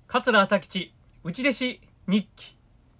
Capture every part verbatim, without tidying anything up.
桂朝吉内弟子日記。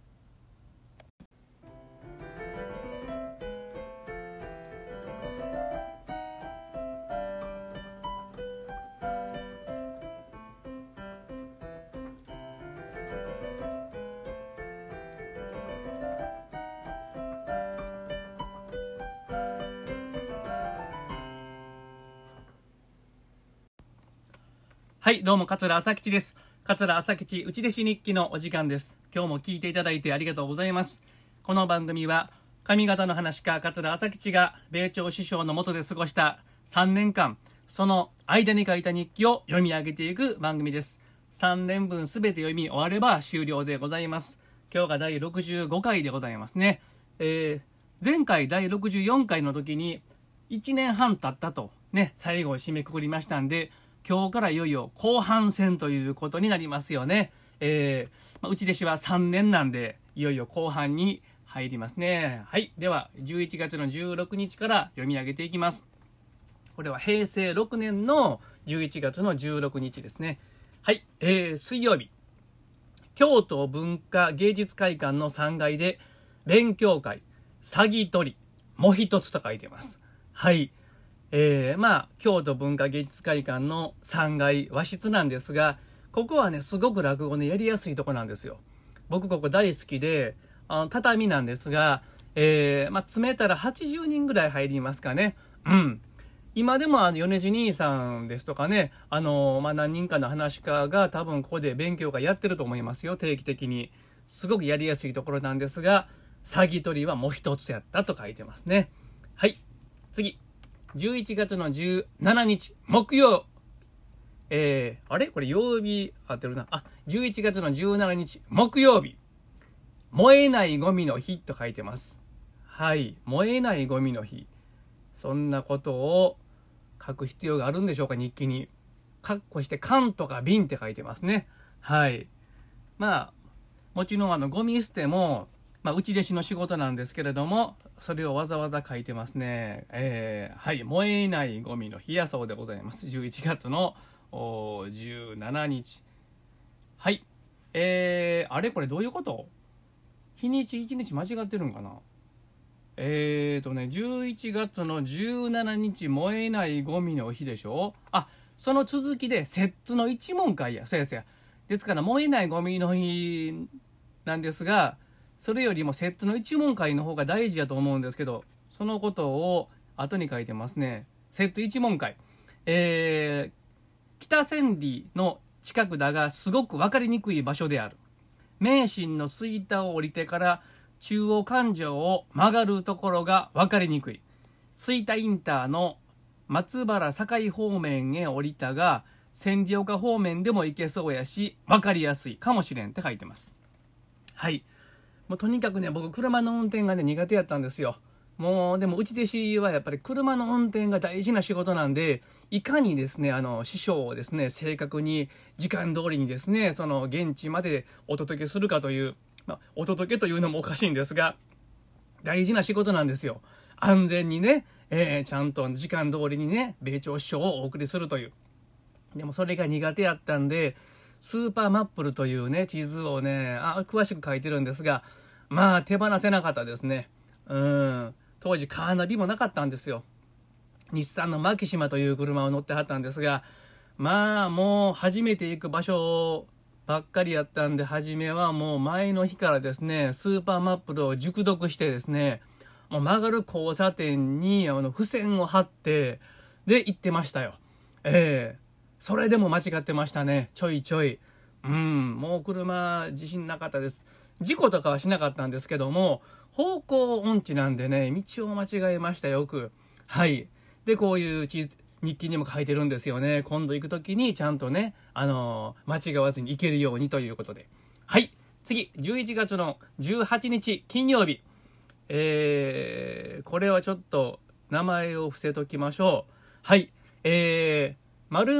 はい、どうも桂朝吉です。桂朝吉内弟子日記のお時間です。今日も聞いていただいてありがとうございます。この番組は上方の話家桂朝吉が米朝師匠の下で過ごしたさんねんかん、その間に書いた日記を読み上げていく番組です。さんねんぶんすべて読み終われば終了でございます。今日がだいろくじゅうごかいでございますね。えー、前回だいろくじゅうよんかいの時にいちねんはん経ったとね、最後を締めくくりましたんで、今日からいよいよ後半戦ということになりますよね。えーまあ、内弟子はさんねんなんでいよいよ後半に入りますね。はい、ではじゅういちがつのじゅうろくにちから読み上げていきます。これはへいせいろくねんのじゅういちがつのじゅうろくにちですね。はい、えー、水曜日、京都文化芸術会館のさんがいで勉強会詐欺取りもう一つと書いてます。はい、えー、まあ京都文化芸術会館のさんがい和室なんですが、ここはねすごく落語ねやりやすいとこなんですよ。僕ここ大好きで、あの畳なんですが、えー、まあ詰めたらはちじゅうにんぐらい入りますかね。うん。今でもあの米次兄さんですとかね、あのまあ何人かの話し家が多分ここで勉強会やってると思いますよ、定期的に。すごくやりやすいところなんですが、詐欺取りはもう一つやったと書いてますね。はい、次。じゅういちがつのじゅうしちにち木曜、えー、あれこれ曜日合ってるなあじゅういちがつのじゅうしちにち木曜日、燃えないゴミの日と書いてます。はい、燃えないゴミの日、そんなことを書く必要があるんでしょうか。日記にカッコして缶とか瓶って書いてますね。はい、まあもちろんあのゴミ捨てもまあ、内弟子の仕事なんですけれども、それをわざわざ書いてますね。えー、はい、燃えないゴミの日やそうでございます。じゅういちがつのじゅうしちにち。はい、えー、あれこれどういうこと？日にちいちにち間違ってるんかな。えーとねじゅういちがつのじゅうしちにち燃えないゴミの日でしょ。あ、その続きで摂津の一門会や。そうやそうや。ですから燃えないゴミの日なんですが、それよりも摂津の一門会の方が大事だと思うんですけど、そのことを後に書いてますね。摂津一門会、えー、北千里の近くだがすごく分かりにくい場所である。名神の吹田を降りてから中央環状を曲がるところが分かりにくい。吹田インターの松原堺方面へ降りたが千里丘方面でも行けそうやし分かりやすいかもしれんって書いてます。はい、もうとにかくね僕車の運転がね苦手やったんですよ。もうでも内弟子はやっぱり車の運転が大事な仕事なんで、いかにですねあの師匠をですね正確に時間通りにですねその現地までお届けするかという、まあ、お届けというのもおかしいんですが大事な仕事なんですよ。安全にね、えー、ちゃんと時間通りにね米朝師匠をお送りするという。でもそれが苦手やったんでスーパーマップルというね地図をねあ詳しく書いてるんですが、まあ手放せなかったですね。うん当時カーナビもなかったんですよ。日産のマキシマという車を乗ってはったんですが、まあもう初めて行く場所ばっかりやったんで、初めはもう前の日からですねスーパーマップルを熟読してですね、もう曲がる交差点にあの付箋を貼ってで行ってましたよ。ええーそれでも間違ってましたね、ちょいちょい。うんもう車自信なかったです。事故とかはしなかったんですけども、方向音痴なんでね道を間違えましたよく。はい、でこういう日記にも書いてるんですよね。今度行く時にちゃんとねあの間違わずに行けるようにということで。はい、次じゅういちがつのじゅうはちにち金曜日、えー、これはちょっと名前を伏せときましょう。はい、えー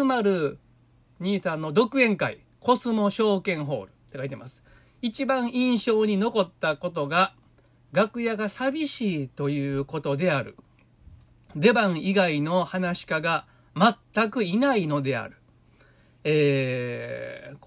〇〇兄さんの独演会コスモ証券ホールって書いてます。一番印象に残ったことが楽屋が寂しいということである。出番以外の話し家が全くいないのである。えー、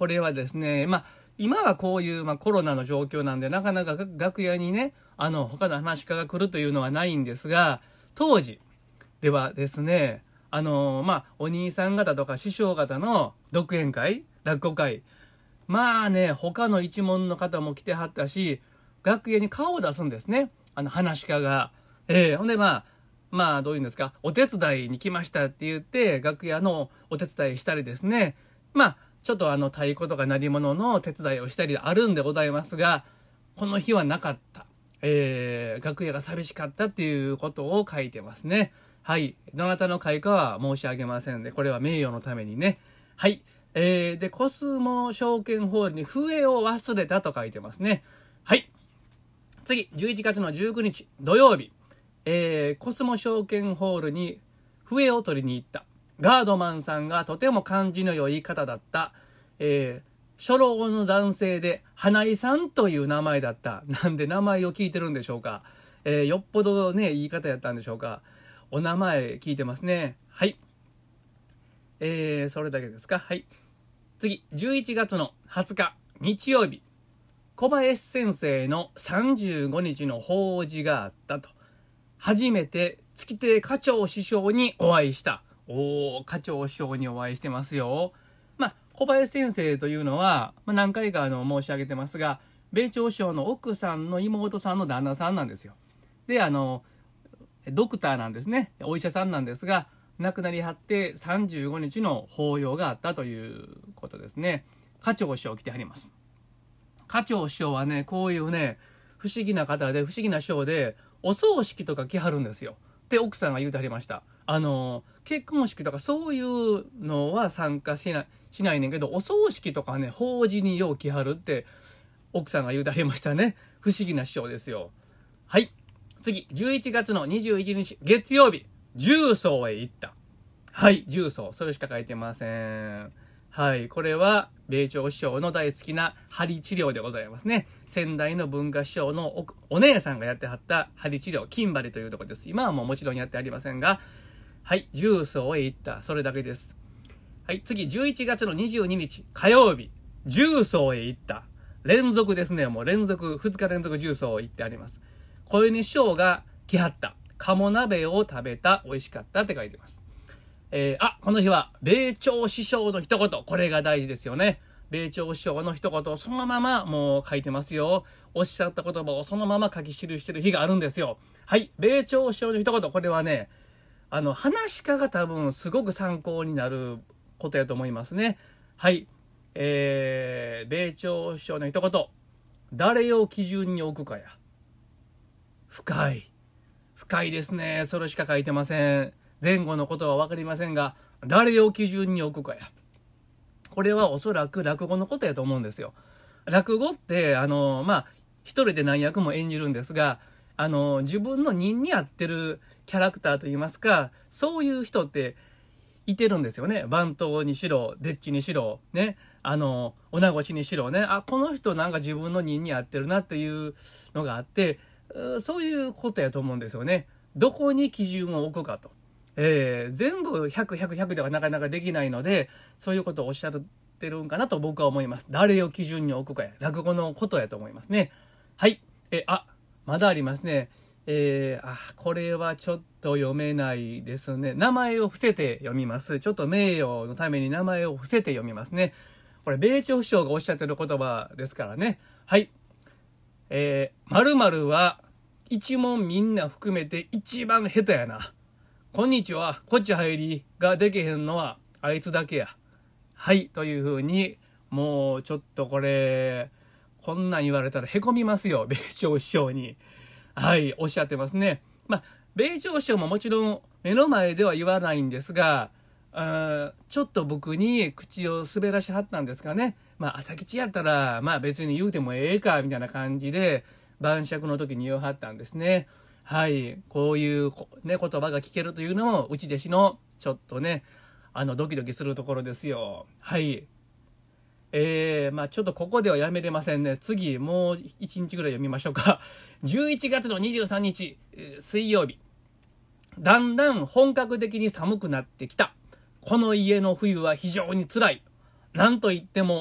これはですね、まあ、今はこういう、まあ、コロナの状況なんで、なかなか楽屋にね、あの、他の話し家が来るというのはないんですが、当時ではですね、あの、まあ、お兄さん方とか師匠方の独演会、落語会、まあね、他の一門の方も来てはったし、楽屋に顔を出すんですね。あの、話し家が。ええー、ほんでまあ、まあ、どういうんですか、お手伝いに来ましたって言って、楽屋のお手伝いしたりですね。まあ、ちょっとあの、太鼓とか鳴り物の手伝いをしたりあるんでございますが、この日はなかった。えー、楽屋が寂しかったっていうことを書いてますね。はい。どなたの会かは申し上げませんで、これは名誉のためにね。はい。えー、で、コスモ証券ホールに笛を忘れたと書いてますね。はい。次、じゅういちがつのじゅうくにち土曜日。えー、コスモ証券ホールに笛を取りに行った。ガードマンさんがとても感じの良い方だった。えー、初老の男性で花井さんという名前だった。なんで名前を聞いてるんでしょうか。えー、よっぽどね、言い方やったんでしょうか。お名前聞いてますね。はい。えー、それだけですか。はい。次、じゅういちがつのはつか、日曜日。小林先生のさんじゅうごにちの法事があったと。初めて月亭課長師匠にお会いした。おー、課長師匠にお会いしてますよ。まあ、小林先生というのは、まあ、何回かあの申し上げてますが、米朝師匠の奥さんの妹さんの旦那さんなんですよ。で、あの、ドクターなんですね。お医者さんなんですが、亡くなりはってさんじゅうごにちの法要があったということですね。課長師匠来てはります。課長師匠はね、こういうね、不思議な方で、不思議な師匠で、お葬式とか来はるんですよ。って奥さんが言うてはりました。あの、結婚式とかそういうのは参加しない、しないねんけど、お葬式とかね、法事によう来はるって奥さんが言うてはりましたね。不思議な師匠ですよ。はい。次、じゅういちがつのにじゅういちにち、月曜日、重曹へ行った。はい、重曹。それしか書いてません。はい、これは米朝師匠の大好きな針治療でございますね。先代の文化師匠の お, お姉さんがやってはった針治療、金針というところです。今はもうもちろんやってありませんが、はい、重曹へ行った。それだけです。はい、次、じゅういちがつのにじゅうににち、火曜日、重曹へ行った。連続ですね。もう連続、ふつか連続重曹へ行ってあります。小湯に師匠が来はった。鴨鍋を食べた。美味しかったって書いてます。えー、あ、この日は、米朝師匠の一言。これが大事ですよね。米朝師匠の一言をそのままもう書いてますよ。おっしゃった言葉をそのまま書き記してる日があるんですよ。はい。米朝師匠の一言。これはね、あの、話し家が多分すごく参考になることやと思いますね。はい。えー、米朝師匠の一言。誰を基準に置くかや。深い。深いですね。それしか書いてません。前後のことは分かりませんが、誰を基準に置くかや。これはおそらく落語のことやと思うんですよ。落語って、あの、まあ、一人で何役も演じるんですが、あの、自分の人に合ってるキャラクターといいますか、そういう人っていてるんですよね。番頭にしろ、でっちにしろ、ね、あの、女越しにしろね、あ、この人なんか自分の人に合ってるなっていうのがあって、そういうことやと思うんですよね。どこに基準を置くかと。えー、全部ひゃく、ひゃく、ひゃくではなかなかできないので、そういうことをおっしゃってるんかなと僕は思います。誰を基準に置くかや、落語のことやと思いますね。はい。え、あ、まだありますね。えー、あ、これはちょっと読めないですね。名前を伏せて読みます。ちょっと名誉のために名前を伏せて読みますね。これ、米朝師匠がおっしゃってる言葉ですからね。はい。えー、〇〇は一問みんな含めて一番下手やな。こんにちは、こっち入りができへんのはあいつだけや。はい、というふうに、もうちょっとこれ、こんなん言われたらへこみますよ、米朝師匠に。はい、おっしゃってますね。まあ、米朝師匠ももちろん目の前では言わないんですが、あちょっと僕に口を滑らしはったんですかね。まあ、朝吉やったら、まあ別に言うてもええか、みたいな感じで、晩酌の時に言わはったんですね。はい。こういう、ね、言葉が聞けるというのも、内弟子の、ちょっとね、あの、ドキドキするところですよ。はい。えー、まあちょっとここではやめれませんね。次、もういちにちぐらい読みましょうか。じゅういちがつのにじゅうさんにち、水曜日。だんだん本格的に寒くなってきた。この家の冬は非常につらい。なんといっても、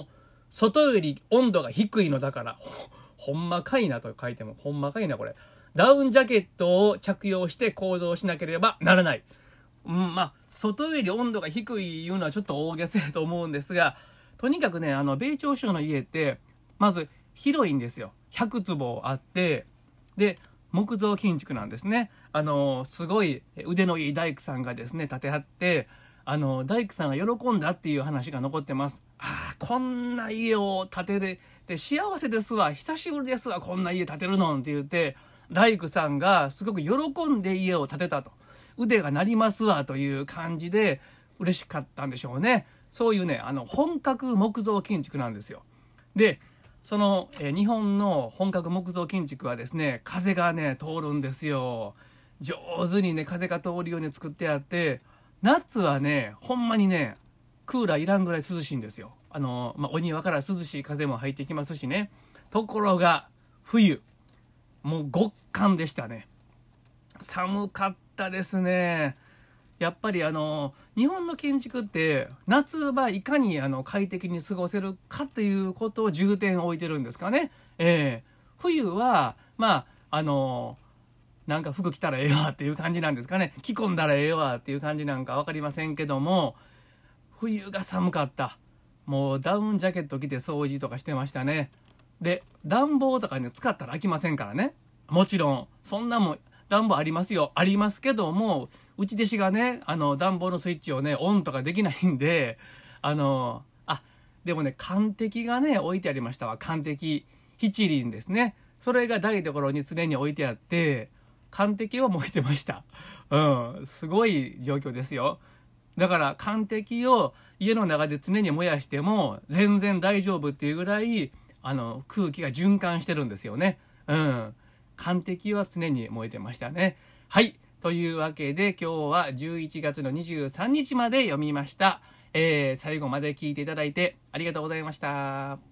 外より温度が低いのだから、ほ、ほんまかいなと書いても、ほんまかいなこれ。ダウンジャケットを着用して行動しなければならない。うん、まあ、外より温度が低いいうのはちょっと大げさだと思うんですが、とにかくね、あの、米朝首相の家って、まず広いんですよ。ひゃくつぼあって、で、木造建築なんですね。あの、すごい腕のいい大工さんがですね、建てはって、あの、大工さんが喜んだっていう話が残ってます。ああ、こんな家を建てれて幸せですわ、久しぶりですわ、こんな家建てるのって言って、大工さんがすごく喜んで家を建てたと。腕が鳴りますわという感じで嬉しかったんでしょうね。そういうね、あの、本格木造建築なんですよ。で、その、え日本の本格木造建築はですね、風がね、通るんですよ。上手にね、風が通るように作ってあって、夏はね、ほんまにね、クーラーいらんぐらい涼しいんですよ。あの、まあ、お庭から涼しい風も入ってきますしね。ところが、冬、もう極寒でしたね。寒かったですね。やっぱりあの日本の建築って夏場いかにあの快適に過ごせるかということを重点を置いてるんですかね。えー、冬はまああのなんか服着たらええわっていう感じなんですかね。着込んだらええわっていう感じなんか分かりませんけども、冬が寒かった。もうダウンジャケット着て掃除とかしてましたね。で暖房とかね使ったら飽きませんからね。もちろんそんなもん暖房ありますよ。ありますけども、うち弟子がね、あの、暖房のスイッチをね、オンとかできないんで、あの、あ、でもね、寒滴がね、置いてありましたわ。寒滴。七輪ですね。それが台所に常に置いてあって、寒滴は燃えてました。うん、すごい状況ですよ。だから、寒滴を家の中で常に燃やしても、全然大丈夫っていうぐらい、あの、空気が循環してるんですよね。うん。寒滴は常に燃えてましたね。はい。というわけで今日はじゅういちがつのにじゅうさんにちまで読みました。えー、最後まで聞いていただいてありがとうございました。